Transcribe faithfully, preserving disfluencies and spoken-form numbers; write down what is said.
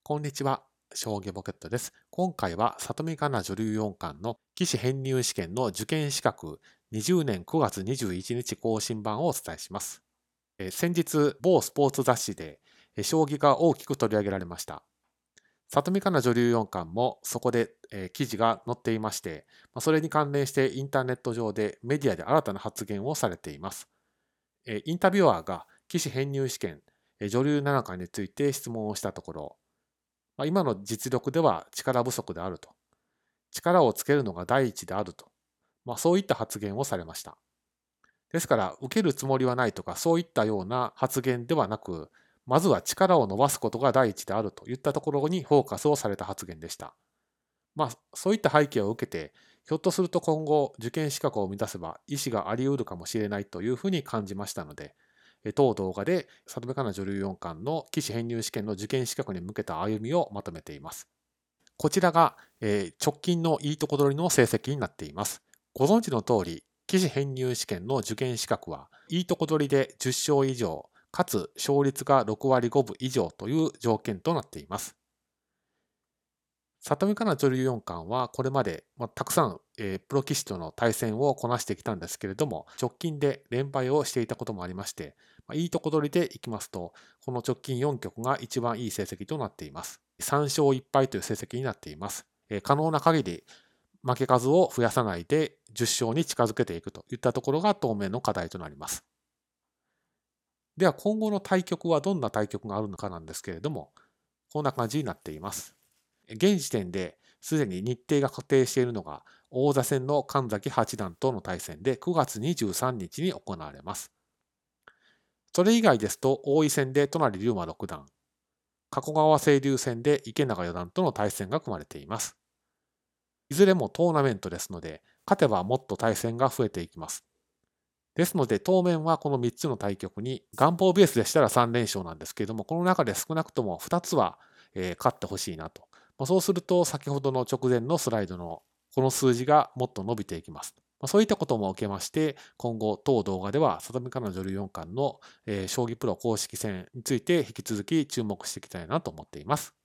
こんにちは、将棋ポケットです。今回は里見香奈女流四冠の棋士編入試験の受験資格にじゅうねんくがつにじゅういちにち更新版をお伝えします。えー先日、某スポーツ雑誌でえー将棋が大きく取り上げられました。里見香奈女流四冠もそこでえー記事が載っていまして、まあそれに関連してインターネット上でメディアで新たな発言をされています。えーインタビュアーが棋士編入試験えー女流七冠について質問をしたところ、まあ、今の実力では力不足であると。力をつけるのが第一であると。まあ、そういった発言をされました。ですから、受けるつもりはないとか、そういったような発言ではなく、まずは力を伸ばすことが第一であるといったところにフォーカスをされた発言でした。まあ、そういった背景を受けて、ひょっとすると今後、受験資格を満たせば、意思があり得るかもしれないというふうに感じましたので、当動画で里見香奈女流四冠の棋士編入試験の受験資格に向けた歩みをまとめています。こちらが、えー直近のいいとこ取りの成績になっています。ご存知の通り、棋士編入試験の受験資格はいいとこ取りでじゅっ勝以上、かつ勝率がろくわりごぶ以上という条件となっています。里見香奈女流四冠はこれまで、まあ、たくさん、えープロ棋士との対戦をこなしてきたんですけれども、直近で連敗をしていたこともありまして、まあ、いいとこ取りでいきますと、この直近よんきょくが一番いい成績となっています。さん勝いっぱいという成績になっています。えー可能な限り負け数を増やさないでじゅっ勝に近づけていくといったところが当面の課題となります。では今後の対局はどんな対局があるのかなんですけれども、こんな感じになっています。現時点ですでに日程が確定しているのが王座戦の神崎八段との対戦でくがつにじゅうさんにちに行われます。それ以外ですと王位戦で都成竜馬六段、加古川清流戦で池永四段との対戦が組まれています。いずれもトーナメントですので、勝てばもっと対戦が増えていきます。ですので、当面はこのみっつの対局に、元宝ベースでしたらさんれん勝なんですけれども、この中で少なくともふたつは、えー勝ってほしいなと。まあ、そうすると、先ほどの直前のスライドのこの数字がもっと伸びていきます。まあ、そういったことも受けまして、今後、当動画では、里見香奈女流四冠の、えー将棋プロ公式戦について引き続き注目していきたいなと思っています。